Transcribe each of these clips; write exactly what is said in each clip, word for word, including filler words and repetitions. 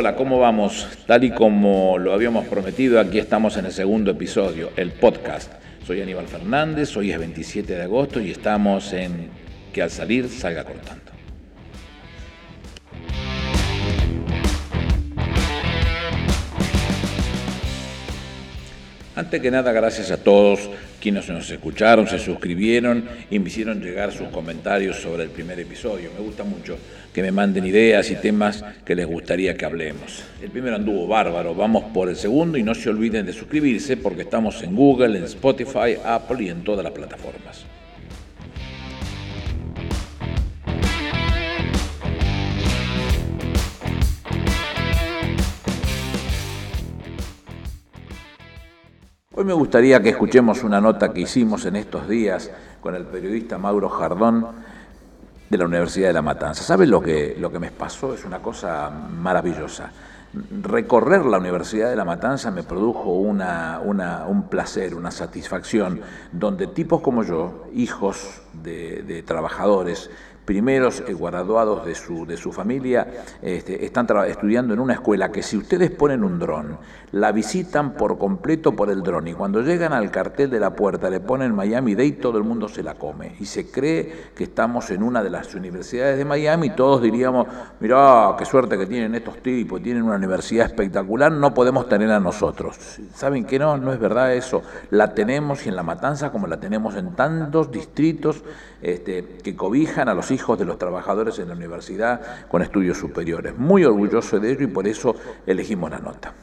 Hola, ¿cómo vamos? Tal y como lo habíamos prometido, aquí estamos en el segundo episodio, el podcast. Soy Aníbal Fernández, hoy es veintisiete de agosto y estamos en Que al salir salga cortando. Antes que nada, gracias a todos quienes nos escucharon, se suscribieron y me hicieron llegar sus comentarios sobre el primer episodio. Me gusta mucho que me manden ideas y temas que les gustaría que hablemos. El primero anduvo bárbaro, vamos por el segundo y no se olviden de suscribirse porque estamos en Google, en Spotify, Apple y en todas las plataformas. Hoy me gustaría que escuchemos una nota que hicimos en estos días con el periodista Mauro Jardón de la Universidad de La Matanza. ¿Saben lo que, lo que me pasó? Es una cosa maravillosa. Recorrer la Universidad de La Matanza me produjo una, una, un placer, una satisfacción, donde tipos como yo, hijos de, de trabajadores, primeros graduados de su, de su familia, este, están estudiando en una escuela que si ustedes ponen un dron, la visitan por completo por el dron y cuando llegan al cartel de la puerta le ponen Miami Dade, todo el mundo se la come y se cree que estamos en una de las universidades de Miami y todos diríamos, mirá, qué suerte que tienen estos tipos, tienen una universidad espectacular, no podemos tenerla nosotros. ¿Saben qué? No, no es verdad eso. La tenemos y en La Matanza como la tenemos en tantos distritos este, que cobijan a los hijos de los trabajadores en la universidad con estudios superiores. Muy orgulloso de ello y por eso elegimos la nota.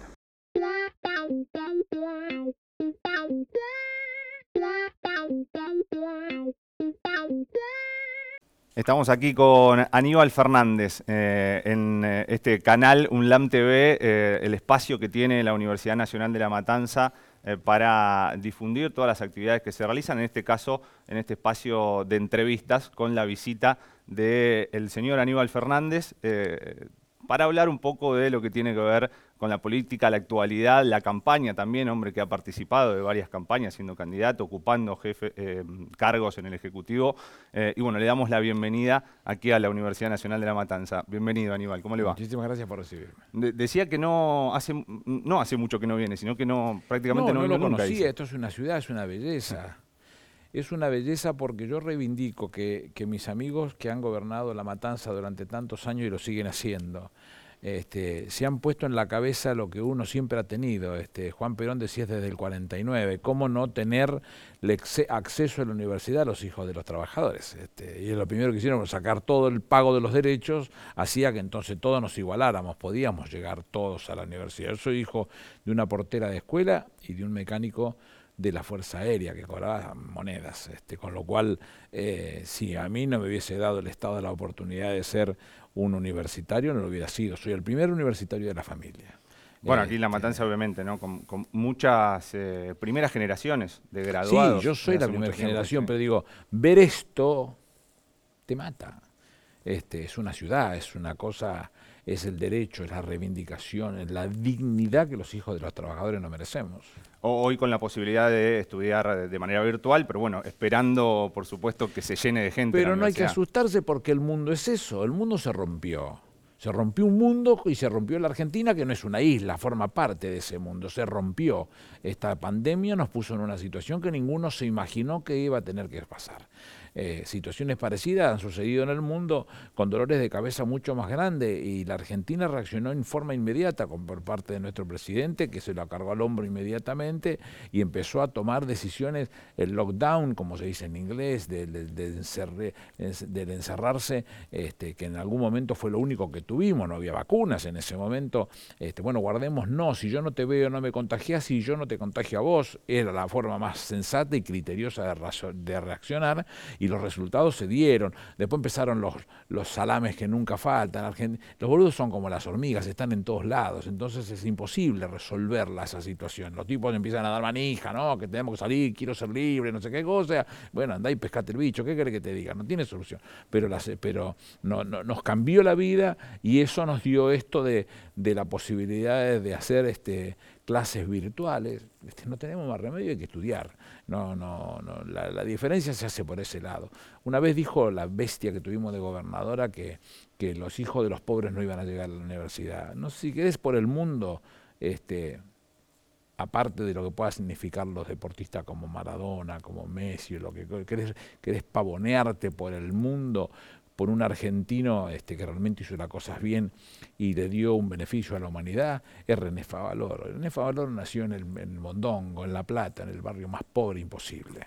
Estamos aquí con Aníbal Fernández eh, en eh, este canal UNLAM T V, eh, el espacio que tiene la Universidad Nacional de La Matanza eh, para difundir todas las actividades que se realizan, en este caso, en este espacio de entrevistas con la visita del señor Aníbal Fernández, eh, para hablar un poco de lo que tiene que ver con la política, la actualidad, la campaña también, hombre que ha participado de varias campañas siendo candidato, ocupando jefe, eh, cargos en el Ejecutivo. Eh, y bueno, le damos la bienvenida aquí a la Universidad Nacional de La Matanza. Bienvenido, Aníbal, ¿cómo le va? Muchísimas gracias por recibirme. De decía que no hace, no hace mucho que no viene, sino que no prácticamente no, no, no no vino lo nunca. conocía, esto es una ciudad, es una belleza. Es una belleza porque yo reivindico que, que mis amigos que han gobernado La Matanza durante tantos años y lo siguen haciendo, este, se han puesto en la cabeza lo que uno siempre ha tenido. Este, Juan Perón decía desde el cuarenta y nueve, cómo no tener acceso a la universidad a los hijos de los trabajadores. Este, y lo primero que hicieron, sacar todo el pago de los derechos, hacía que entonces todos nos igualáramos, podíamos llegar todos a la universidad. Yo soy hijo de una portera de escuela y de un mecánico de la Fuerza Aérea que cobraba monedas, este, con lo cual eh, si a mí no me hubiese dado el Estado la oportunidad de ser un universitario, no lo hubiera sido. Soy el primer universitario de la familia. Bueno, aquí en La Este, Matanza obviamente, ¿no? Con, con muchas eh, primeras generaciones de graduados. Sí, yo soy la primera generación, tiempo, pero digo, ver esto te mata. Este, es una ciudad, es una cosa, es el derecho, es la reivindicación, es la dignidad que los hijos de los trabajadores no merecemos. Hoy con la posibilidad de estudiar de manera virtual, pero bueno, esperando por supuesto que se llene de gente. Pero no hay que asustarse porque el mundo es eso, el mundo se rompió. Se rompió un mundo y se rompió la Argentina, que no es una isla, forma parte de ese mundo, se rompió. Esta pandemia nos puso en una situación que ninguno se imaginó que iba a tener que pasar. Eh, situaciones parecidas han sucedido en el mundo con dolores de cabeza mucho más grandes y la Argentina reaccionó en forma inmediata con, por parte de nuestro presidente, que se lo cargó al hombro inmediatamente y empezó a tomar decisiones, el lockdown, como se dice en inglés, del de, de encerre, de encerrarse, este, que en algún momento fue lo único que tuvimos, no había vacunas en ese momento. Este, bueno, guardemos, no, si yo no te veo no me contagias, si yo no te contagio a vos, era la forma más sensata y criteriosa de, de reaccionar. Y los resultados se dieron. Después empezaron los, los salames que nunca faltan. Argent... Los boludos son como las hormigas, están en todos lados. Entonces es imposible resolverla esa situación. Los tipos empiezan a dar manija, ¿no? Que tenemos que salir, quiero ser libre, no sé qué cosa. Bueno, andá y pescate el bicho, ¿qué querés que te diga? No tiene solución. Pero, las, pero no, no, nos cambió la vida y eso nos dio esto de, de la posibilidad de hacer este clases virtuales, este, no tenemos más remedio, hay que estudiar. No, no, no, la, la diferencia se hace por ese lado. Una vez dijo la bestia que tuvimos de gobernadora que, que los hijos de los pobres no iban a llegar a la universidad. No sé si querés por el mundo, este, aparte de lo que pueda significar los deportistas como Maradona, como Messi, lo que querés, querés pavonearte por el mundo, por un argentino este, que realmente hizo las cosas bien y le dio un beneficio a la humanidad, es René Favaloro. René Favaloro nació en el en Mondongo, en La Plata, en el barrio más pobre imposible.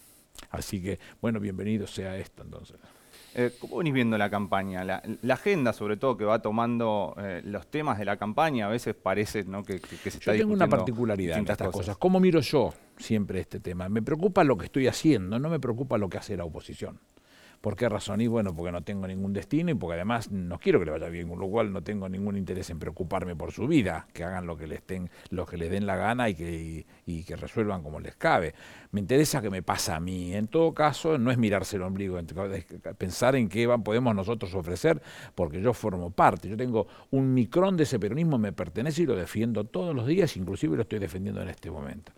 Así que, bueno, bienvenido sea esto entonces. Eh, ¿Cómo venís viendo la campaña? La, la agenda, sobre todo, que va tomando eh, los temas de la campaña, a veces parece, ¿no?, que, que, que se está discutiendo. Yo tengo una particularidad en estas cosas. cosas. ¿Cómo miro yo siempre este tema? Me preocupa lo que estoy haciendo, no me preocupa lo que hace la oposición. ¿Por qué razón? Y bueno, porque no tengo ningún destino y porque además no quiero que le vaya bien, con lo cual no tengo ningún interés en preocuparme por su vida, que hagan lo que les, ten, lo que les den la gana y que, y, y que resuelvan como les cabe. Me interesa qué me pasa a mí. En todo caso, no es mirarse el ombligo, es pensar en qué van, podemos nosotros ofrecer, porque yo formo parte. Yo tengo un micrón de ese peronismo, me pertenece y lo defiendo todos los días, inclusive lo estoy defendiendo en este momento.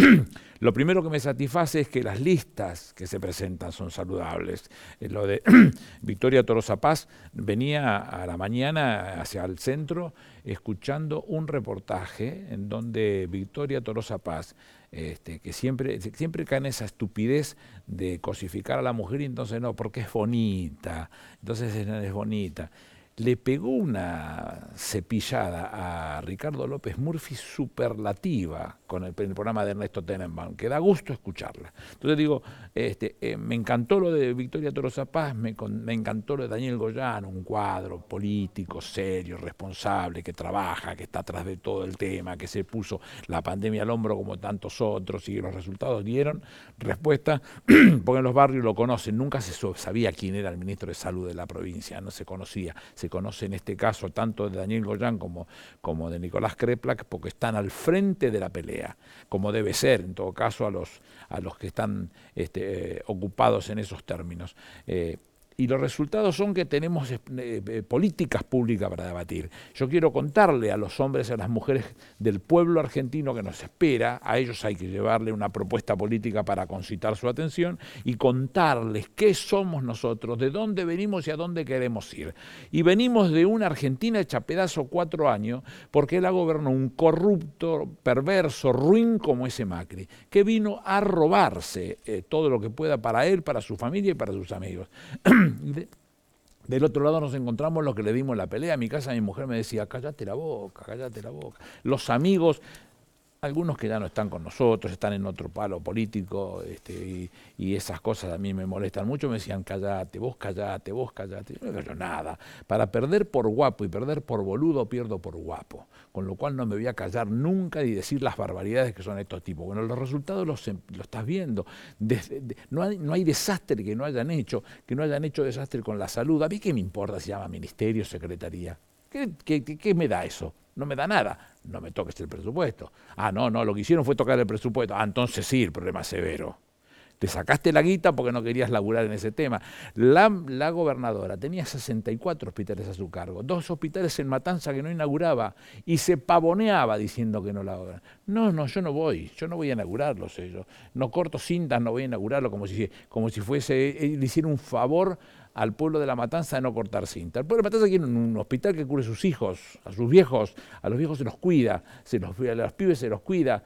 Lo primero que me satisface es que las listas que se presentan son saludables. Lo de Victoria Tolosa Paz, venía a la mañana hacia el centro escuchando un reportaje en donde Victoria Tolosa Paz, este, que siempre, siempre cae en esa estupidez de cosificar a la mujer y entonces no, porque es bonita, entonces es, es bonita. Le pegó una cepillada a Ricardo López Murphy superlativa con el, el programa de Ernesto Tenenbaum, que da gusto escucharla. Entonces digo, este, eh, me encantó lo de Victoria Tolosa Paz, me, me encantó lo de Daniel Goyán, un cuadro político, serio, responsable, que trabaja, que está atrás de todo el tema, que se puso la pandemia al hombro como tantos otros y los resultados dieron respuesta, porque en los barrios lo conocen, nunca se sabía quién era el ministro de Salud de la provincia, no se conocía. Se conoce en este caso tanto de Daniel Goyán como, como de Nicolás Kreplak porque están al frente de la pelea, como debe ser en todo caso a los, a los que están este, eh, ocupados en esos términos. Eh, Y los resultados son que tenemos eh, eh, políticas públicas para debatir. Yo quiero contarle a los hombres y a las mujeres del pueblo argentino que nos espera, a ellos hay que llevarle una propuesta política para concitar su atención y contarles qué somos nosotros, de dónde venimos y a dónde queremos ir. Y venimos de una Argentina hecha pedazo cuatro años porque la gobernó un corrupto, perverso, ruin como ese Macri, que vino a robarse eh, todo lo que pueda para él, para su familia y para sus amigos. De, del otro lado nos encontramos los que le dimos la pelea. A mi casa mi mujer me decía, cállate la boca, cállate la boca. Los amigos, algunos que ya no están con nosotros, están en otro palo político, este, y, y esas cosas a mí me molestan mucho, me decían, cállate, vos cállate, vos cállate. Yo no callo nada. Para perder por guapo y perder por boludo, pierdo por guapo. Con lo cual no me voy a callar nunca y decir las barbaridades que son estos tipos. Bueno, los resultados los, los estás viendo. Desde, de, no, hay, no hay desastre que no hayan hecho, que no hayan hecho desastre con la salud. A mí qué me importa si se llama ministerio, secretaría. ¿Qué, qué, qué, qué me da eso? No me da nada. No me toques el presupuesto. Ah, no, no, lo que hicieron fue tocar el presupuesto. Ah, entonces sí, el problema es severo. Te sacaste la guita porque no querías laburar en ese tema. La, la gobernadora tenía sesenta y cuatro hospitales a su cargo, dos hospitales en Matanza que no inauguraba y se pavoneaba diciendo que no la obra. No, no, yo no voy, yo no voy a inaugurarlos ellos. No corto cintas, no voy a inaugurarlo como si, como si fuese, eh, le hiciera un favor al pueblo de La Matanza de no cortar cinta. El pueblo de La Matanza quiere un hospital que cure a sus hijos, a sus viejos, a los viejos se los cuida, se los, a los pibes se los cuida.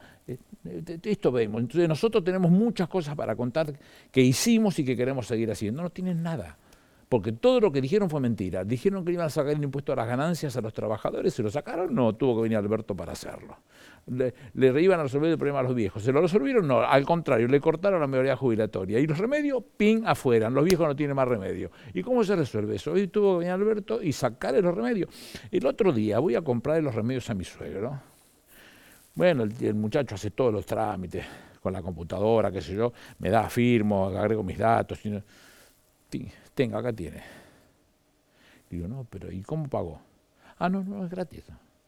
Esto vemos. Entonces nosotros tenemos muchas cosas para contar que hicimos y que queremos seguir haciendo. No tienen nada. Porque todo lo que dijeron fue mentira. Dijeron que iban a sacar el impuesto a las ganancias a los trabajadores, ¿se lo sacaron? No, tuvo que venir Alberto para hacerlo. Le, le iban a resolver el problema a los viejos. ¿Se lo resolvieron? No, al contrario, le cortaron la mayoría jubilatoria. Y los remedios, pin, afuera. Los viejos no tienen más remedio. ¿Y cómo se resuelve eso? Hoy tuvo que venir Alberto y sacarle los remedios. El otro día voy a comprarle los remedios a mi suegro. Bueno, el, el muchacho hace todos los trámites con la computadora, qué sé yo, me da, firmo, agrego mis datos. Y no, tenga, acá tiene. Digo, no, pero ¿y cómo pagó? Ah, no, no, es gratis.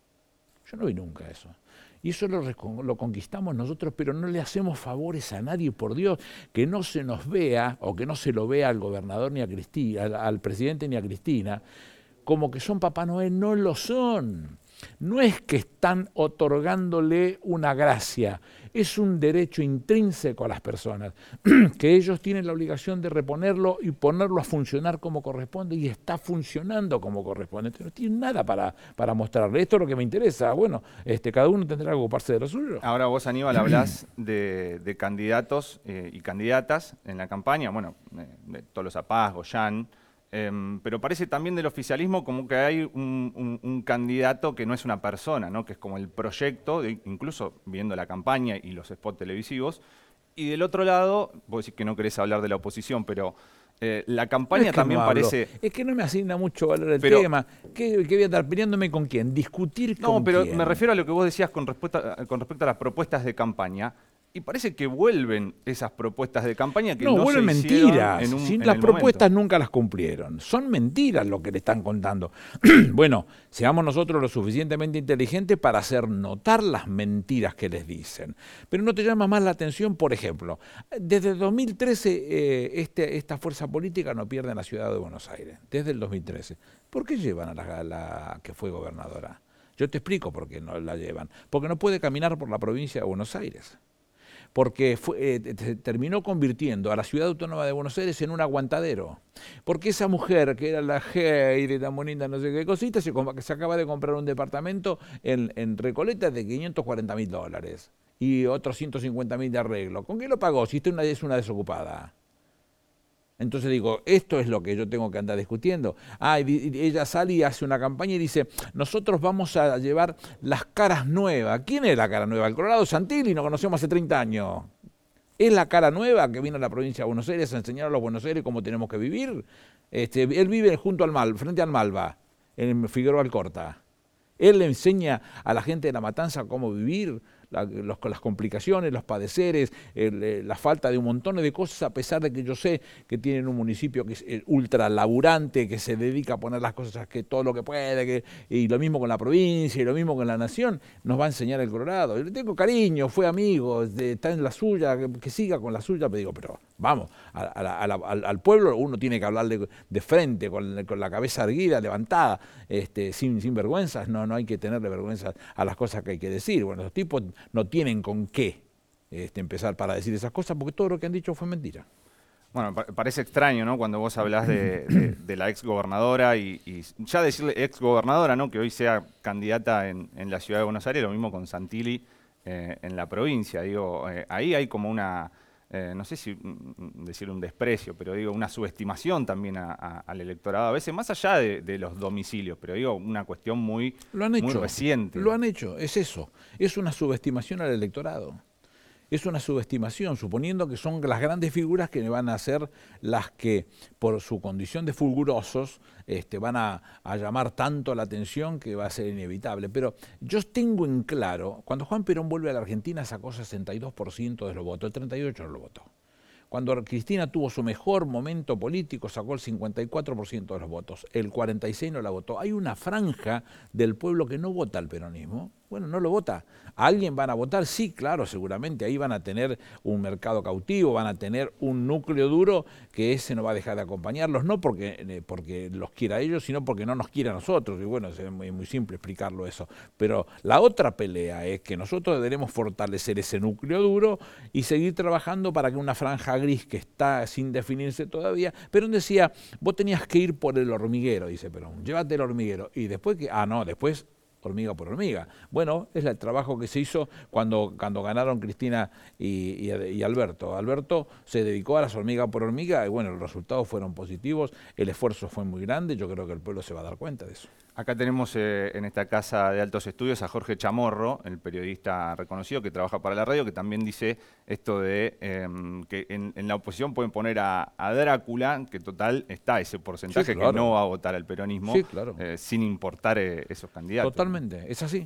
Yo no vi nunca eso. Y eso lo, lo conquistamos nosotros, pero no le hacemos favores a nadie, por Dios, que no se nos vea, o que no se lo vea al gobernador ni a Cristina, al, al presidente ni a Cristina, como que son Papá Noel. No lo son. no es que están otorgándole una gracia, es un derecho intrínseco a las personas, que ellos tienen la obligación de reponerlo y ponerlo a funcionar como corresponde, y está funcionando como corresponde. Entonces, no tienen nada para, para mostrarle. Esto es lo que me interesa. Bueno, este, cada uno tendrá que ocuparse de lo suyo. Ahora vos, Aníbal, hablás de, de candidatos eh, y candidatas en la campaña, bueno, eh, de Tolosa Paz, Goyán, eh, pero parece también del oficialismo como que hay un, un, un candidato que no es una persona, ¿no? Que es como el proyecto, de, incluso viendo la campaña y los spots televisivos. Y del otro lado, vos decís que no querés hablar de la oposición, pero eh, la campaña es que también no parece... Es que no me asigna mucho valor el pero, tema. ¿Qué, ¿Qué voy a estar peleándome con quién? ¿Discutir con quién? No, pero me refiero a lo que vos decías con respecto a, con respecto a las propuestas de campaña. Y parece que vuelven esas propuestas de campaña que no, no vuelven se hicieron mentiras. en un, Sí, en las el propuestas momento. nunca las cumplieron. Son mentiras lo que le están contando. Bueno, seamos nosotros lo suficientemente inteligentes para hacer notar las mentiras que les dicen. Pero no te llama más la atención, por ejemplo, desde el dos mil trece eh, este, esta fuerza política no pierde en la ciudad de Buenos Aires. Desde el dos mil trece. ¿Por qué llevan a la, a la que fue gobernadora? Yo te explico por qué no la llevan. Porque no puede caminar por la provincia de Buenos Aires. Porque fue, eh, terminó convirtiendo a la Ciudad Autónoma de Buenos Aires en un aguantadero. Porque esa mujer, que era la Heide, tan bonita, no sé qué cosita, se, se acaba de comprar un departamento en, en Recoleta de quinientos cuarenta mil dólares y otros ciento cincuenta mil de arreglo. ¿Con qué lo pagó si usted es una desocupada? Entonces digo, esto es lo que yo tengo que andar discutiendo. Ah, y ella sale y hace una campaña y dice, nosotros vamos a llevar las caras nuevas. ¿Quién es la cara nueva? El Colorado Santilli, nos conocemos hace treinta años. ¿Es la cara nueva que vino a la provincia de Buenos Aires a enseñar a los Buenos Aires cómo tenemos que vivir? Este, él vive junto al Mal, frente al Malva, en Figueroa Alcorta. Él le enseña a la gente de La Matanza cómo vivir, la, los, las complicaciones, los padeceres, el, la falta de un montón de cosas, a pesar de que yo sé que tienen un municipio que es ultra laburante, que se dedica a poner las cosas, que todo lo que puede, que, y lo mismo con la provincia, y lo mismo con la nación, nos va a enseñar el Colorado. Yo le tengo cariño, fue amigo, de, está en la suya, que, que siga con la suya, pero digo, pero vamos, a, a la, a la, al, al pueblo uno tiene que hablarle de frente, con, con la cabeza erguida, levantada, este, sin, sin vergüenzas, no, no hay que tenerle vergüenza a las cosas que hay que decir. Bueno, los tipos no tienen con qué este, empezar para decir esas cosas, porque todo lo que han dicho fue mentira. Bueno, pa parece extraño, ¿no? Cuando vos hablás de, de, de la ex gobernadora y, y ya decirle ex gobernadora, ¿no? Que hoy sea candidata en, en la ciudad de Buenos Aires, lo mismo con Santilli eh, en la provincia. Digo, eh, ahí hay como una, eh, no sé si mm, decir un desprecio, pero digo, una subestimación también a, a, al electorado, a veces más allá de, de los domicilios, pero digo, una cuestión muy, lo han hecho, muy reciente. Lo han hecho, es eso, es una subestimación al electorado. Es una subestimación, suponiendo que son las grandes figuras que van a ser las que, por su condición de fulgurosos, este, van a, a llamar tanto la atención que va a ser inevitable. Pero yo tengo en claro, cuando Juan Perón vuelve a la Argentina sacó sesenta y dos por ciento de los votos, el treinta y ocho por ciento no lo votó. Cuando Cristina tuvo su mejor momento político, sacó el cincuenta y cuatro por ciento de los votos, el cuarenta y seis por ciento no la votó. Hay una franja del pueblo que no vota al peronismo. Bueno, no lo vota. ¿A alguien van a votar? Sí, claro, seguramente. Ahí van a tener un mercado cautivo, van a tener un núcleo duro que ese no va a dejar de acompañarlos, no porque, porque los quiera ellos, sino porque no nos quiere a nosotros. Y bueno, es muy, muy simple explicarlo eso. Pero la otra pelea es que nosotros debemos fortalecer ese núcleo duro y seguir trabajando para que una franja gris que está sin definirse todavía, Perón decía, vos tenías que ir por el hormiguero, dice Perón, llévate el hormiguero. Y después que, ah, no, después hormiga por hormiga. Bueno, es el trabajo que se hizo cuando, cuando ganaron Cristina y, y, y Alberto. Alberto se dedicó a las hormigas por hormiga y bueno, los resultados fueron positivos, el esfuerzo fue muy grande, yo creo que el pueblo se va a dar cuenta de eso. Acá tenemos eh, en esta casa de altos estudios a Jorge Chamorro, el periodista reconocido que trabaja para la radio, que también dice esto de eh, que en, en la oposición pueden poner a, a Drácula, que total está ese porcentaje sí, claro. que no va a votar al peronismo, sí, claro. eh, sin importar eh, esos candidatos. Totalmente, es así.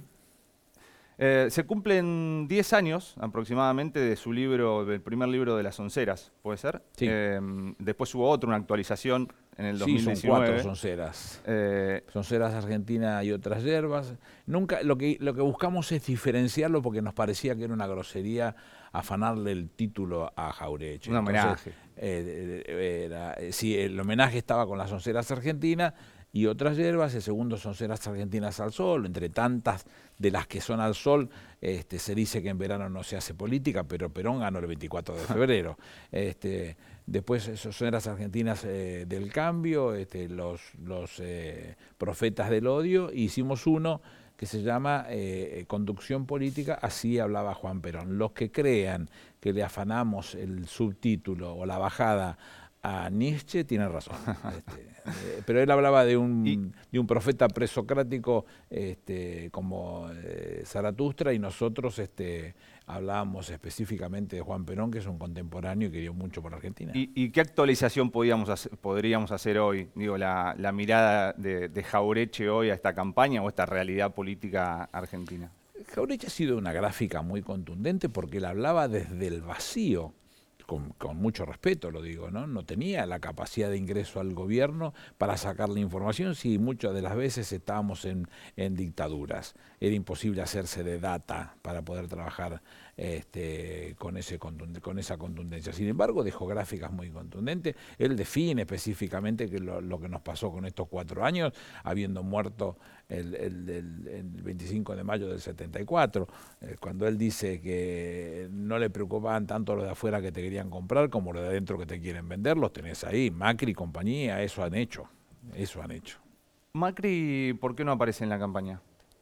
Eh, se cumplen diez años aproximadamente de su libro, del primer libro de las onceras, ¿puede ser? Sí. Eh, después hubo otra, una actualización en el dos mil diecinueve. Sí, son cuatro sonceras. Eh, sonceras Argentina y otras hierbas. Nunca, lo que, lo que buscamos es diferenciarlo porque nos parecía que era una grosería afanarle el título a Jauretche. Un homenaje. Eh, era, sí, el homenaje estaba con las sonceras argentinas y otras hierbas. El segundo son ceras argentinas al sol. Entre tantas de las que son al sol, este, se dice que en verano no se hace política, pero Perón ganó el veinticuatro de febrero. Este, después esos ceras argentinas eh, del cambio, este, los, los eh, profetas del odio. Hicimos uno que se llama eh, Conducción Política, así hablaba Juan Perón. Los que crean que le afanamos el subtítulo o la bajada a Nietzsche tienen razón. Este, eh, pero él hablaba de un, ¿Y? de un profeta presocrático este, como eh, Zaratustra, y nosotros este, hablábamos específicamente de Juan Perón, que es un contemporáneo y que dio mucho por Argentina. ¿Y, y qué actualización podíamos hacer, podríamos hacer hoy? Digo, la, la mirada de, de Jauretche hoy a esta campaña o a esta realidad política argentina. Jauretche ha sido una gráfica muy contundente porque él hablaba desde el vacío. Con, con mucho respeto lo digo, ¿no? No tenía la capacidad de ingreso al gobierno para sacar la información, si muchas de las veces estábamos en, en dictaduras. Era imposible hacerse de data para poder trabajar este, con, ese con esa contundencia. Sin embargo, dejó gráficas muy contundentes. Él define específicamente que lo, lo que nos pasó con estos cuatro años, habiendo muerto el, el, el, el veinticinco de mayo del setenta y cuatro, eh, cuando él dice que no le preocupaban tanto los de afuera que te querían comprar como los de adentro que te quieren vender. Los tenés ahí, Macri y compañía, eso han hecho, eso han hecho. Macri, ¿por qué no aparece en la campaña?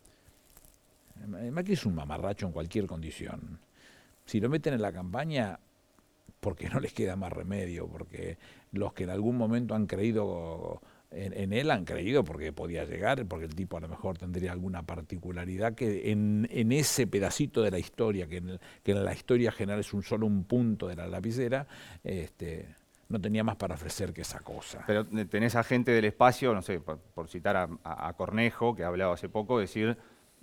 Macri es un mamarracho en cualquier condición. Si lo meten en la campaña, porque no les queda más remedio, porque los que en algún momento han creído en, en él han creído porque podía llegar, porque el tipo a lo mejor tendría alguna particularidad que en, en ese pedacito de la historia, que en, el, que en la historia general es un solo un punto de la lapicera, este, no tenía más para ofrecer que esa cosa. Pero tenés a gente del espacio, no sé, por, por citar a, a, a Cornejo, que ha hablado hace poco, decir...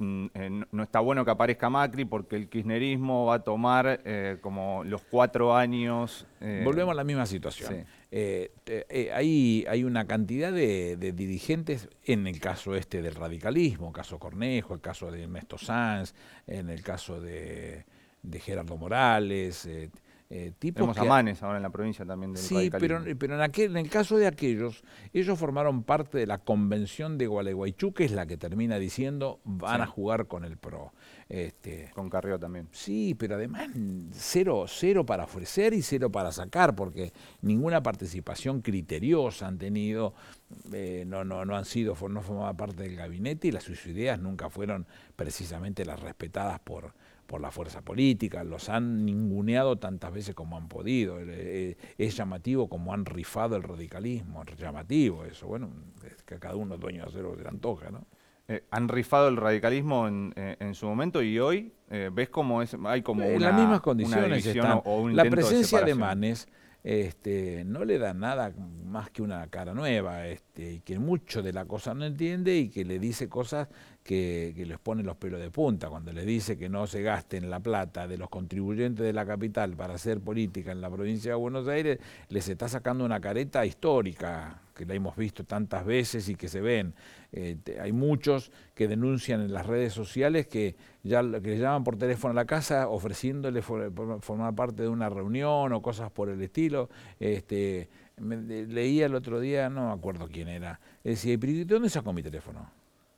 no está bueno que aparezca Macri porque el kirchnerismo va a tomar eh, como los cuatro años... Eh, Volvemos a la misma situación. Sí. Eh, eh, hay, hay una cantidad de, de dirigentes, en el caso este del radicalismo, el caso Cornejo, el caso de Ernesto Sanz, en el caso de, de Gerardo Morales... Eh, Eh, Tenemos a Manes ahora en la provincia también del Sí, pero, pero en, aquel, en el caso de aquellos, ellos formaron parte de la convención de Gualeguaychú, que es la que termina diciendo van sí. a jugar con el P R O. Este, con Carrió también. Sí, pero además cero, cero para ofrecer y cero para sacar, porque ninguna participación criteriosa han tenido, eh, no, no, no han sido, no formaba parte del gabinete, y las sus ideas nunca fueron precisamente las respetadas por... por la fuerza política, los han ninguneado tantas veces como han podido. Es, es llamativo como han rifado el radicalismo, es llamativo eso. Bueno, es que cada uno es dueño de hacer lo que se le antoja, ¿no? Eh, han rifado el radicalismo en, eh, en su momento, y hoy eh, ves cómo es, hay como en una, las mismas condiciones están. O, o un la presencia de, de Manes este, no le da nada más que una cara nueva, este, que mucho de la cosa no entiende y que le dice cosas que, que les pone los pelos de punta. Cuando les dice que no se gasten la plata de los contribuyentes de la capital para hacer política en la provincia de Buenos Aires, les está sacando una careta histórica, que la hemos visto tantas veces y que se ven. Eh, te, hay muchos que denuncian en las redes sociales que ya que le llaman por teléfono a la casa ofreciéndole for, por, formar parte de una reunión o cosas por el estilo. Este, me, de, leía el otro día, no me acuerdo quién era, decía, ¿de dónde sacó mi teléfono?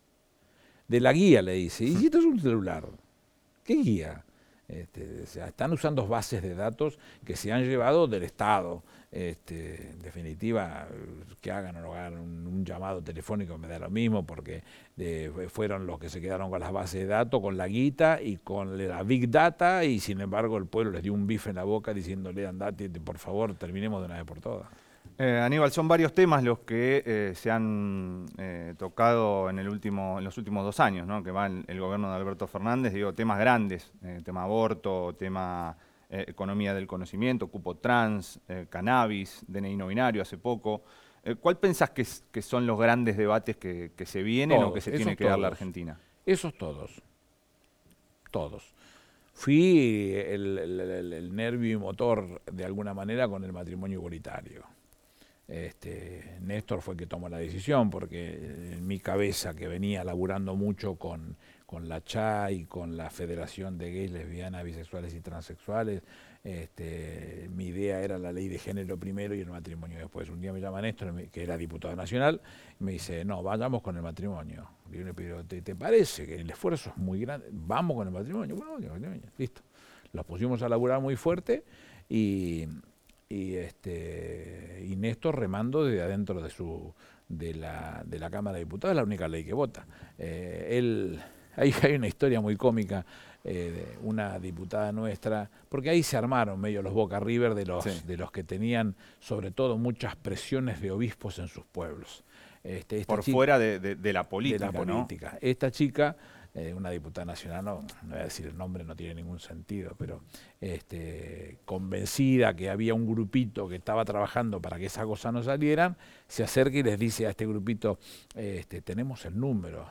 De la guía, le dice. ¿Y si esto es un celular? ¿Qué guía? Este, o sea, están usando bases de datos que se han llevado del Estado. Este, en definitiva, que hagan o no hagan un, un llamado telefónico me da lo mismo, porque de, fueron los que se quedaron con las bases de datos, con la guita y con la Big Data, y sin embargo el pueblo les dio un bife en la boca diciéndole, andate, por favor, terminemos de una vez por todas. Eh, Aníbal, son varios temas los que eh, se han eh, tocado en, el último, en los últimos dos años, ¿no? Que va el, el gobierno de Alberto Fernández, digo, temas grandes, eh, tema aborto, tema eh, economía del conocimiento, cupo trans, eh, cannabis, D N I no binario hace poco. Eh, ¿Cuál pensás que, que son los grandes debates que, que se vienen todos, o que se tiene que todos, dar la Argentina? Esos todos, todos. Fui el, el, el, el nervio y motor, de alguna manera, con el matrimonio igualitario. Este, Néstor fue el que tomó la decisión, porque en mi cabeza, que venía laburando mucho con, con la C H A y con la Federación de Gays, Lesbianas, Bisexuales y Transexuales. Este, mi idea era la ley de género primero y el matrimonio después. Un día me llama Néstor, que era diputado nacional, y me dice, no, vayamos con el matrimonio. Y yo le pido, ¿te, ¿te parece que el esfuerzo es muy grande? Vamos con el matrimonio. Bueno, el matrimonio. Listo. Los pusimos a laburar muy fuerte y, y, este, y Néstor remando desde adentro de, su, de, la, de la Cámara de Diputados, es la única ley que vota. Eh, él, ahí hay una historia muy cómica eh, de una diputada nuestra, porque ahí se armaron medio los Boca River de los, sí. de los que tenían sobre todo muchas presiones de obispos en sus pueblos. Este, esta Por chica, fuera de, de, de la política, de la política. ¿No? Esta chica, eh, una diputada nacional, no, no voy a decir el nombre, no tiene ningún sentido, pero este, convencida que había un grupito que estaba trabajando para que esas cosas no salieran, se acerca y les dice a este grupito, este, tenemos el número.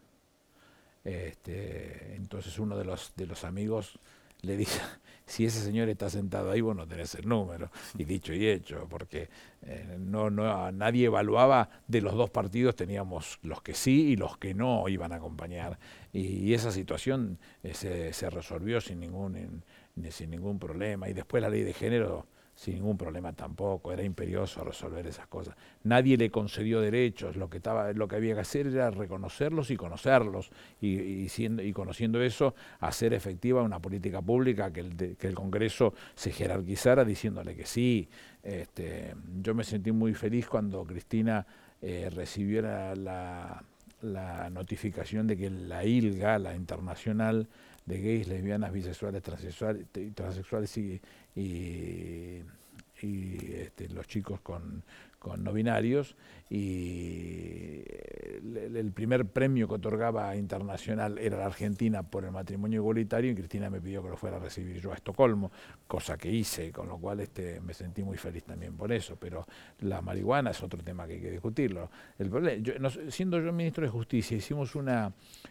Este, entonces uno de los, de los amigos le dice, si ese señor está sentado ahí, vos no tenés el número. Y dicho y hecho, porque eh, no, no, nadie evaluaba, de los dos partidos teníamos los que sí y los que no iban a acompañar. Y, y esa situación eh, se, se resolvió sin ningún, en, sin ningún problema. Y después la ley de género, sin ningún problema tampoco, era imperioso resolver esas cosas. Nadie le concedió derechos, lo que, estaba, lo que había que hacer era reconocerlos y conocerlos, y, y, siendo, y conociendo eso, hacer efectiva una política pública, que el, de, que el Congreso se jerarquizara diciéndole que sí. Este, yo me sentí muy feliz cuando Cristina eh, recibió la, la, la notificación de que la I L G A, la Internacional de Gays, Lesbianas, Bisexuales, Transexuales, transexuales y, y, y este, los chicos con, con no binarios, y el, el primer premio que otorgaba internacional era la Argentina por el matrimonio igualitario, y Cristina me pidió que lo fuera a recibir yo a Estocolmo, cosa que hice, con lo cual este, me sentí muy feliz también por eso. Pero la marihuana es otro tema que hay que discutirlo. El problema, yo, no, siendo yo ministro de Justicia, hicimos una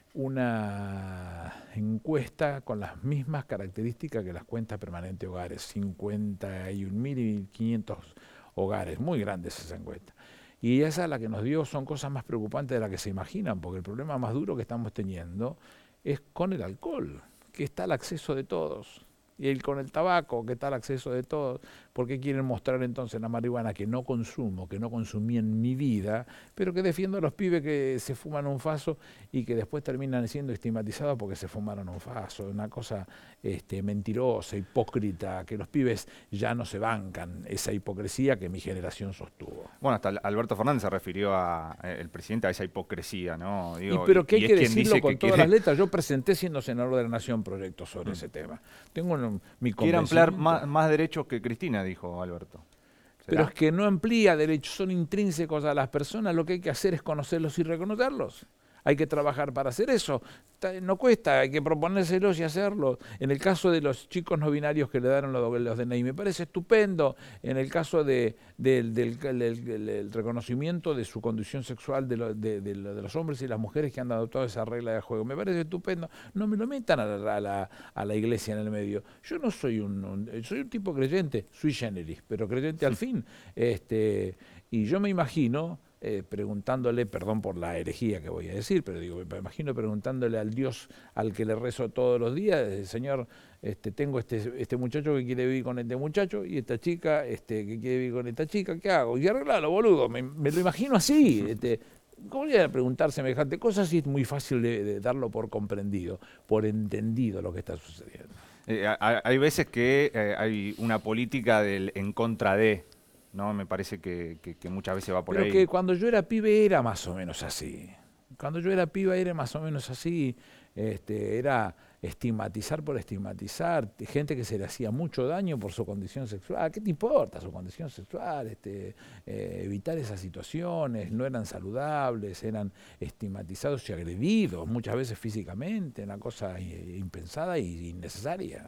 una encuesta con las mismas características que las cuentas permanentes hogares, cincuenta y un mil quinientos hogares, muy grandes esa encuesta. Y esa la que nos dio son cosas más preocupantes de las que se imaginan, porque el problema más duro que estamos teniendo es con el alcohol, que está al acceso de todos. Y el, con el tabaco, que está al acceso de todos. ¿Por qué quieren mostrar entonces la marihuana que no consumo, que no consumí en mi vida, pero que defiendo a los pibes que se fuman un faso y que después terminan siendo estigmatizados porque se fumaron un faso? Una cosa este, mentirosa, hipócrita, que los pibes ya no se bancan, esa hipocresía que mi generación sostuvo. Bueno, hasta Alberto Fernández se refirió a, eh, el presidente, a esa hipocresía, ¿no? Digo, y pero que hay y que decirlo con que todas quiere... las letras. Yo presenté, siendo senador de la Nación, proyectos sobre mm. ese tema. Tengo un, mi Quiere ampliar más, más derechos que Cristina, dijo Alberto. ¿Será? Pero es que no amplía derechos, son intrínsecos a las personas. Lo que hay que hacer es conocerlos y reconocerlos. Hay que trabajar para hacer eso. No cuesta, hay que proponérselos y hacerlo. En el caso de los chicos no binarios que le dieron los, los D N I, me parece estupendo. En el caso de, de, del, del, del, del reconocimiento de su condición sexual de, lo, de, de, de los hombres y las mujeres que han adoptado esa regla de juego, me parece estupendo. No me lo metan a la, a la, a la iglesia en el medio. Yo no soy un, un, soy un tipo creyente, sui generis, pero creyente al fin. Este, y yo me imagino... Eh, preguntándole, perdón por la herejía que voy a decir, pero digo, me imagino preguntándole al Dios al que le rezo todos los días, eh, Señor, este, tengo este, este muchacho que quiere vivir con este muchacho y esta chica este, que quiere vivir con esta chica, ¿qué hago? Y arreglalo, boludo, me, me lo imagino así. Este, ¿Cómo voy a preguntar semejante cosa si es muy fácil de, de darlo por comprendido, por entendido lo que está sucediendo? Eh, hay veces que eh, hay una política del en contra de... No, me parece que, que, que muchas veces va por Pero ahí. Pero que cuando yo era pibe era más o menos así. Cuando yo era piba era más o menos así. Este, era estigmatizar por estigmatizar. Gente que se le hacía mucho daño por su condición sexual. ¿Qué te importa su condición sexual? Este, eh, evitar esas situaciones. No eran saludables, eran estigmatizados y agredidos, muchas veces físicamente. Una cosa impensada e innecesaria.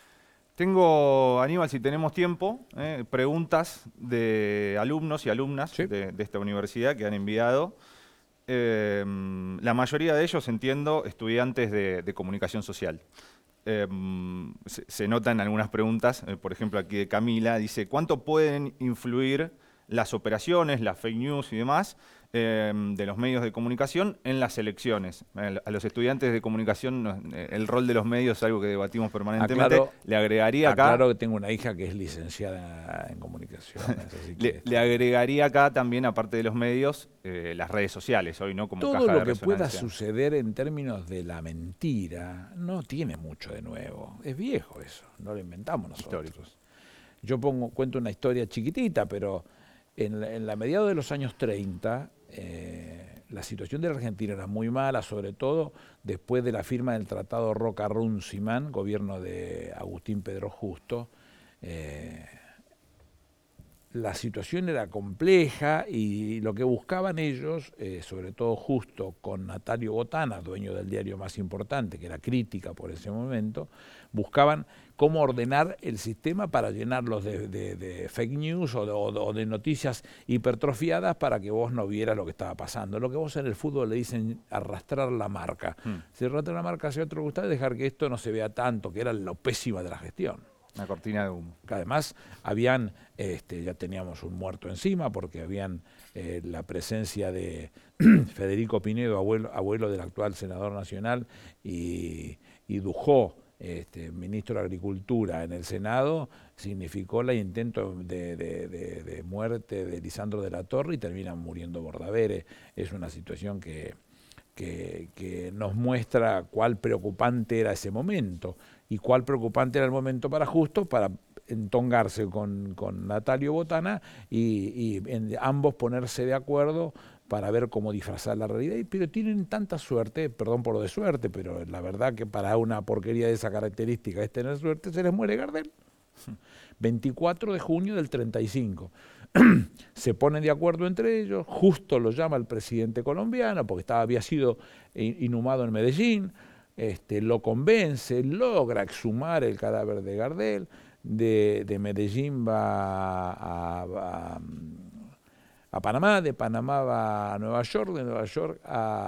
Tengo, Aníbal, si tenemos tiempo, eh, preguntas de alumnos y alumnas sí. de, de esta universidad que han enviado. Eh, la mayoría de ellos, entiendo, estudiantes de, de comunicación social. Eh, se, se notan algunas preguntas, eh, por ejemplo aquí de Camila, dice, ¿cuánto pueden influir las operaciones, las fake news y demás eh, de los medios de comunicación en las elecciones. A los estudiantes de comunicación, el rol de los medios es algo que debatimos permanentemente. Aclaro, le agregaría acá... Claro que tengo una hija que es licenciada en comunicaciones. Así que le, le agregaría acá también, aparte de los medios, eh, las redes sociales hoy, ¿no? Como todo caja lo de que pueda resonancia. suceder en términos de la mentira no tiene mucho de nuevo. Es viejo eso, no lo inventamos nosotros. Histórico. Yo pongo, cuento una historia chiquitita, pero en la, en la mediados de los años treinta, eh, la situación de la Argentina era muy mala, sobre todo después de la firma del Tratado Roca-Runciman, gobierno de Agustín Pedro Justo. Eh, la situación era compleja y lo que buscaban ellos, eh, sobre todo Justo con Natalio Botana, dueño del diario más importante, que era Crítica por ese momento, buscaban cómo ordenar el sistema para llenarlos de, de, de fake news o de, o de noticias hipertrofiadas para que vos no vieras lo que estaba pasando. Lo que vos en el fútbol le dicen arrastrar la marca. Mm. Si arrastrar la marca hacia otro costado, dejar que esto no se vea tanto, que era lo pésimo de la gestión. Una cortina de humo. Que además habían, este, ya teníamos un muerto encima porque habían eh, la presencia de Federico Pinedo, abuelo, abuelo del actual senador nacional, y, y Dujó, este, ministro de Agricultura en el Senado, significó el intento de, de, de, de muerte de Lisandro de la Torre y terminan muriendo Bordaberry. Es una situación que, que, que nos muestra cuál preocupante era ese momento y cuál preocupante era el momento para Justo para entongarse con, con Natalio Botana y, y en ambos ponerse de acuerdo para ver cómo disfrazar la realidad. Pero tienen tanta suerte, perdón por lo de suerte, pero la verdad que para una porquería de esa característica es tener suerte, se les muere Gardel. veinticuatro de junio del treinta y cinco. Se ponen de acuerdo entre ellos, Justo lo llama el presidente colombiano, porque estaba, había sido inhumado en Medellín, este, lo convence, logra exhumar el cadáver de Gardel, de, de Medellín va a, a, a Panamá, de Panamá va a Nueva York, de Nueva York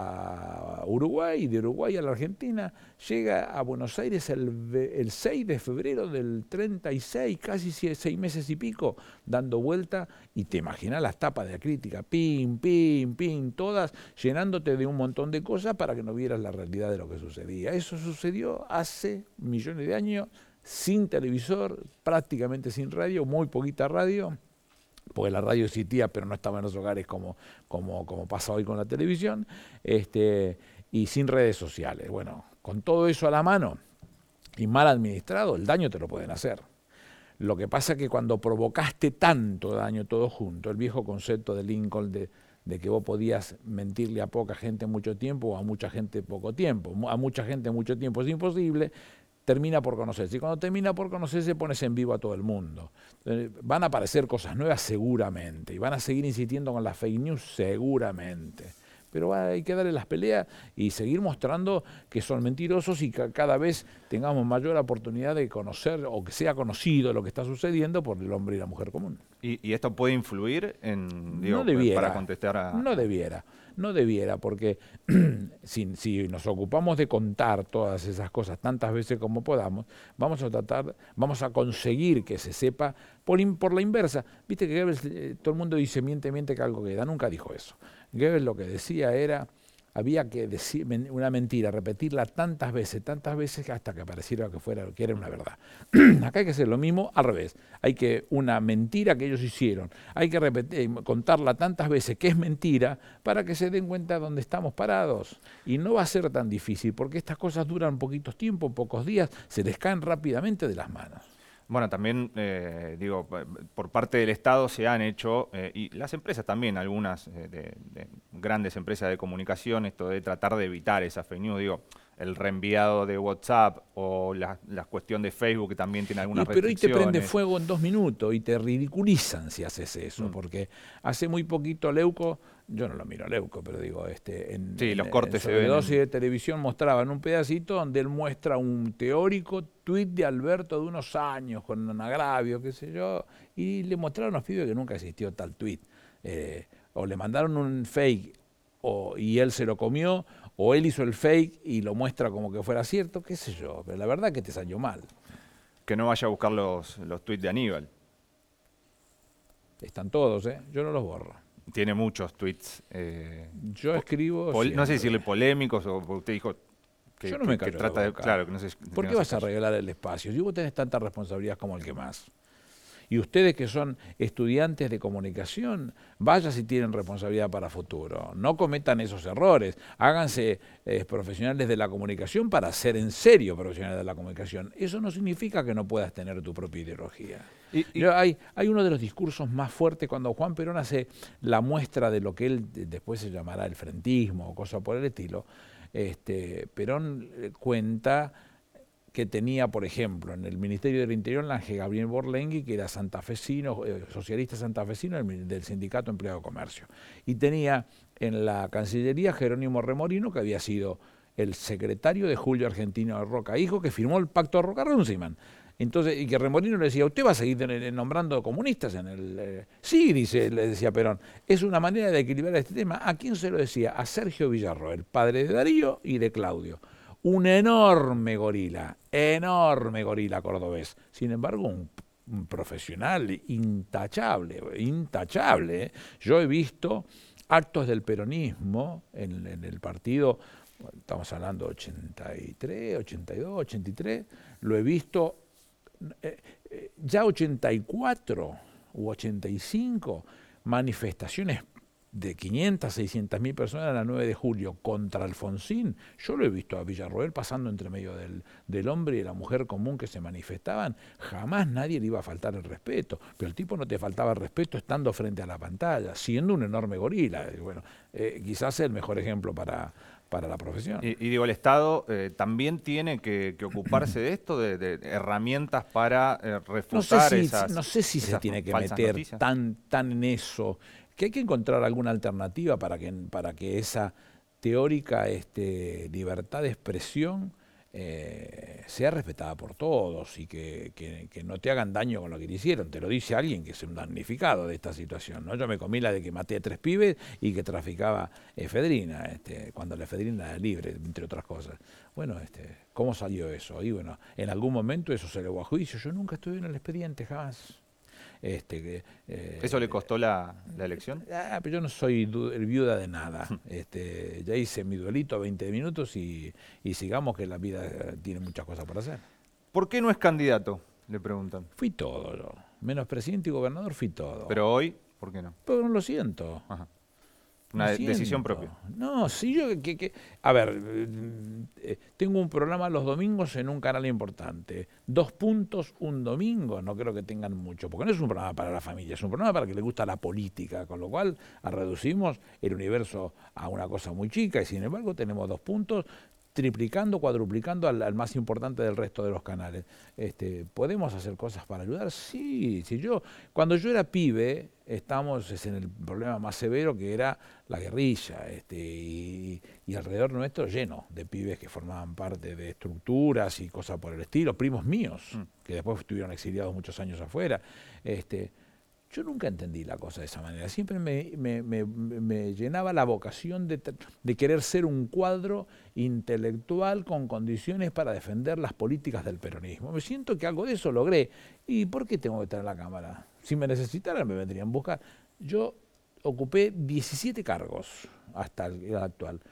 a Uruguay, y de Uruguay a la Argentina, llega a Buenos Aires el, el seis de febrero del treinta y seis, casi seis meses y pico, dando vuelta, y te imaginas las tapas de la crítica, pim, pim, pim, todas llenándote de un montón de cosas para que no vieras la realidad de lo que sucedía. Eso sucedió hace millones de años, sin televisor, prácticamente sin radio, muy poquita radio, porque la radio existía pero no estaba en los hogares como, como, como pasa hoy con la televisión, este, y sin redes sociales. Bueno, con todo eso a la mano y mal administrado, el daño te lo pueden hacer. Lo que pasa es que cuando provocaste tanto daño todo junto, el viejo concepto de Lincoln de, de que vos podías mentirle a poca gente mucho tiempo o a mucha gente poco tiempo, a mucha gente mucho tiempo es imposible, termina por conocerse. Y cuando termina por conocerse, pones en vivo a todo el mundo. Eh, van a aparecer cosas nuevas seguramente, y van a seguir insistiendo con las fake news seguramente. Pero hay que darle las peleas y seguir mostrando que son mentirosos y que cada vez tengamos mayor oportunidad de conocer o que sea conocido lo que está sucediendo por el hombre y la mujer común. ¿Y, y esto puede influir en, digo, no debiera, para contestar a...? No debiera, no debiera, porque si, si nos ocupamos de contar todas esas cosas tantas veces como podamos, vamos a tratar, vamos a conseguir que se sepa por, in, por la inversa. Viste que Goebbels, eh, todo el mundo dice miente, miente que algo queda, nunca dijo eso. Goebbels lo que decía era, había que decir una mentira, repetirla tantas veces, tantas veces hasta que pareciera que fuera que era una verdad. Acá hay que hacer lo mismo al revés. Hay que una mentira que ellos hicieron, hay que repetir, contarla tantas veces que es mentira para que se den cuenta de dónde estamos parados. Y no va a ser tan difícil porque estas cosas duran poquitos tiempos, pocos días, se les caen rápidamente de las manos. Bueno, también, eh, digo, por parte del Estado se han hecho, eh, y las empresas también, algunas eh, de, de grandes empresas de comunicación, esto de tratar de evitar esa fake news, digo, el reenviado de WhatsApp o la, la cuestión de Facebook que también tiene algunas y, pero restricciones. Pero ahí te prende fuego en dos minutos y te ridiculizan si haces eso, mm. porque hace muy poquito Leuco, yo no lo miro a Leuco, pero digo, este, en, sí, en, los cortes en sobredosis de televisión mostraban un pedacito donde él muestra un teórico tuit de Alberto de unos años con un agravio, qué sé yo, y le mostraron a los pibes que nunca existió tal tuit, eh, o le mandaron un fake o, y él se lo comió, o él hizo el fake y lo muestra como que fuera cierto, qué sé yo, pero la verdad que te salió mal. Que no vaya a buscar los, los tuits de Aníbal. Están todos, ¿eh? Yo no los borro. Tiene muchos tweets. Eh, Yo escribo... no sé si decirle polémicos o usted dijo... Que, Yo no me que, que callo trata la de, boca. claro, que no sé, ¿Por que qué no vas a regalar el espacio? Si vos tenés tanta responsabilidad como el que más. Y ustedes que son estudiantes de comunicación, vaya si tienen responsabilidad para futuro. No cometan esos errores. Háganse eh, profesionales de la comunicación para ser en serio profesionales de la comunicación. Eso no significa que no puedas tener tu propia ideología. Y, y, Yo, hay, hay uno de los discursos más fuertes cuando Juan Perón hace la muestra de lo que él después se llamará el frentismo o cosa por el estilo. Este, Perón cuenta que tenía, por ejemplo, en el Ministerio del Interior, el Ángel Gabriel Borlengui, que era santafesino, eh, socialista santafesino del, del Sindicato Empleado de Comercio. Y tenía en la Cancillería Jerónimo Remorino, que había sido el secretario de Julio Argentino de Roca Hijo, que firmó el pacto de Roca-Runciman. Entonces, y que Remorino le decía, ¿usted va a seguir nombrando comunistas en el...? Eh? Sí, dice, le decía Perón, es una manera de equilibrar este tema. ¿A quién se lo decía? A Sergio Villarroel, padre de Darío y de Claudio. Un enorme gorila, enorme gorila cordobés. Sin embargo, un, un profesional intachable, intachable. ¿eh? Yo he visto actos del peronismo en, en el partido, estamos hablando de ochenta y tres, ochenta y dos, ochenta y tres, lo he visto... Eh, eh, ya ochenta y cuatro u ochenta y cinco manifestaciones de quinientas, seiscientas mil personas a la nueve de julio contra Alfonsín. Yo lo he visto a Villarroel pasando entre medio del, del hombre y la mujer común que se manifestaban. Jamás nadie le iba a faltar el respeto, pero el tipo no te faltaba el respeto estando frente a la pantalla, siendo un enorme gorila. Bueno, eh, quizás es el mejor ejemplo para... para la profesión. Y, y digo, el Estado eh, también tiene que, que ocuparse de esto, de, de herramientas para eh, refutar no sé si, esas No sé si se tiene que meter tan, tan en eso, que hay que encontrar alguna alternativa para que, para que esa teórica este, libertad de expresión eh, sea respetada por todos y que, que, que no te hagan daño con lo que te hicieron. Te lo dice alguien que es un damnificado de esta situación, ¿no? Yo me comí la de que maté a tres pibes y que traficaba efedrina, este, cuando la efedrina era libre, entre otras cosas. Bueno, este, ¿cómo salió eso? Y bueno, en algún momento eso se elevó a juicio. Yo nunca estuve en el expediente, jamás. Este, que, eh, ¿Eso le costó la, la elección? Ah, pero yo no soy viuda de nada. Este, ya hice mi duelito a veinte minutos y, y sigamos que la vida tiene muchas cosas por hacer. ¿Por qué no es candidato? Le preguntan. Fui todo yo. Menos presidente y gobernador fui todo. Pero hoy, ¿por qué no? Pero no lo siento. Ajá. Una de decisión propia. No, sí, yo que, que a ver, eh, tengo un programa los domingos en un canal importante. Dos puntos un domingo, no creo que tengan mucho, porque no es un programa para la familia, es un programa para que le gusta la política, con lo cual reducimos el universo a una cosa muy chica y sin embargo tenemos dos puntos triplicando, cuadruplicando al, al más importante del resto de los canales. Este, ¿podemos hacer cosas para ayudar? Sí, sí. Yo, cuando yo era pibe, estamos en el problema más severo que era la guerrilla, este, y, y alrededor nuestro lleno de pibes que formaban parte de estructuras y cosas por el estilo, primos míos, mm. que después estuvieron exiliados muchos años afuera. Este, Yo nunca entendí la cosa de esa manera. Siempre me, me, me, me llenaba la vocación de, de querer ser un cuadro intelectual con condiciones para defender las políticas del peronismo. Me siento que algo de eso logré. ¿Y por qué tengo que estar en la Cámara? Si me necesitaran, me vendrían a buscar. Yo ocupé diecisiete cargos hasta el actual.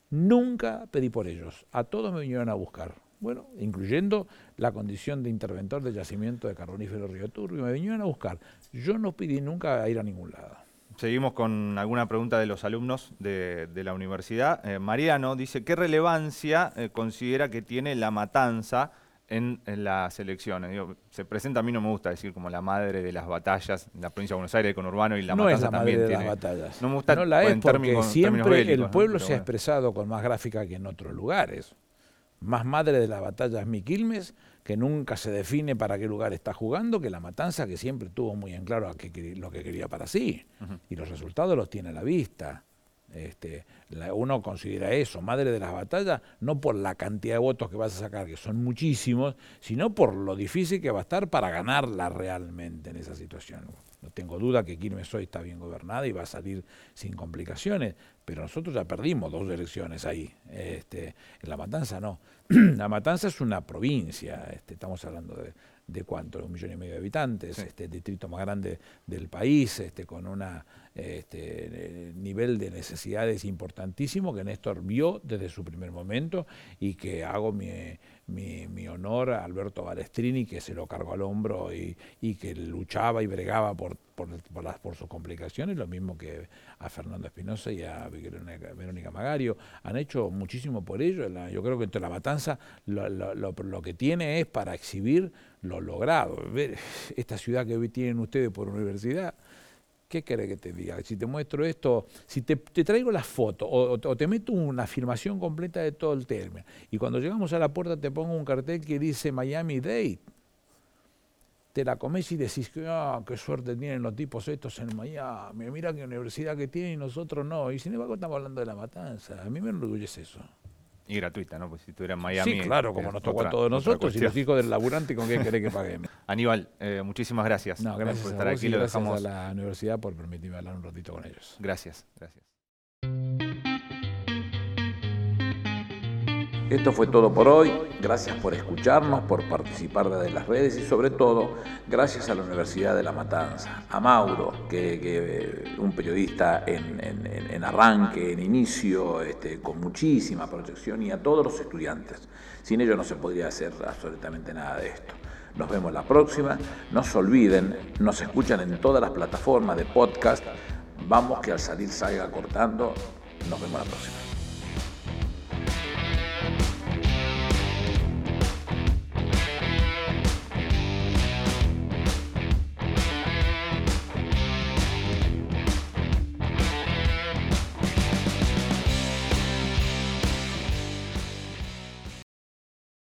Nunca pedí por ellos. A todos me vinieron a buscar. Bueno, incluyendo la condición de interventor de yacimiento de carbonífero Río Turbio, me vinieron a buscar. Yo no pedí nunca ir a ningún lado. Seguimos con alguna pregunta de los alumnos de, de la universidad. Eh, Mariano dice, ¿qué relevancia eh, considera que tiene La Matanza en, en las elecciones? Digo, se presenta, a mí no me gusta decir como la madre de las batallas en la provincia de Buenos Aires, con Urbano, y La no Matanza es la también madre de tiene... las batallas. No me gusta no la es porque términos, siempre bélicos, el pueblo ¿no? se ha bueno. expresado con más gráfica que en otros lugares. Más madre de la batalla es Mi Quilmes, que nunca se define para qué lugar está jugando, que La Matanza, que siempre tuvo muy en claro a qué, lo que quería para sí. Uh-huh. Y los resultados los tiene a la vista. Este, la, uno considera eso, madre de las batallas, no por la cantidad de votos que vas a sacar, que son muchísimos, sino por lo difícil que va a estar para ganarla realmente en esa situación. No tengo duda que Quilmes hoy está bien gobernada y va a salir sin complicaciones, pero nosotros ya perdimos dos elecciones ahí. Este, en La Matanza no. La Matanza es una provincia, este, estamos hablando de, de cuánto, un millón y medio de habitantes, Sí. este, el distrito más grande del país, este, con un este, nivel de necesidades importantísimo que Néstor vio desde su primer momento y que hago mi, mi, mi honor a Alberto Balestrini, que se lo cargó al hombro y, y que luchaba y bregaba por, por, por, las, por sus complicaciones, lo mismo que a Fernando Espinosa y a Verónica, Verónica Magario. Han hecho muchísimo por ello. La, yo creo que entre La Matanza lo, lo, lo, lo que tiene es para exhibir lo logrado. Ver esta ciudad que hoy tienen ustedes por universidad, ¿qué querés que te diga? Si te muestro esto, si te, te traigo las fotos o, o te meto una filmación completa de todo el término y cuando llegamos a la puerta te pongo un cartel que dice Miami Dade, te la comés y decís que ah, qué suerte tienen los tipos estos en Miami, mira qué universidad que tienen y nosotros no. Y sin embargo estamos hablando de La Matanza. A mí me enorgullece eso. Y gratuita, ¿no? Pues si estuviera en Miami... Sí, claro, como nos tocó otra, a todos nosotros y los hijos del laburante, ¿con qué querés que paguemos? Aníbal, eh, muchísimas gracias, No, gracias por a estar vos aquí. y Lo gracias dejamos... a la universidad por permitirme hablar un ratito con ellos. Gracias, gracias. Esto fue todo por hoy. Gracias por escucharnos, por participar desde las redes y sobre todo gracias a la Universidad de La Matanza, a Mauro, que, que un periodista en, en, en arranque, en inicio, este, con muchísima proyección, y a todos los estudiantes. Sin ellos no se podría hacer absolutamente nada de esto. Nos vemos la próxima. No se olviden, nos escuchan en todas las plataformas de podcast. Vamos que al salir salga cortando. Nos vemos la próxima.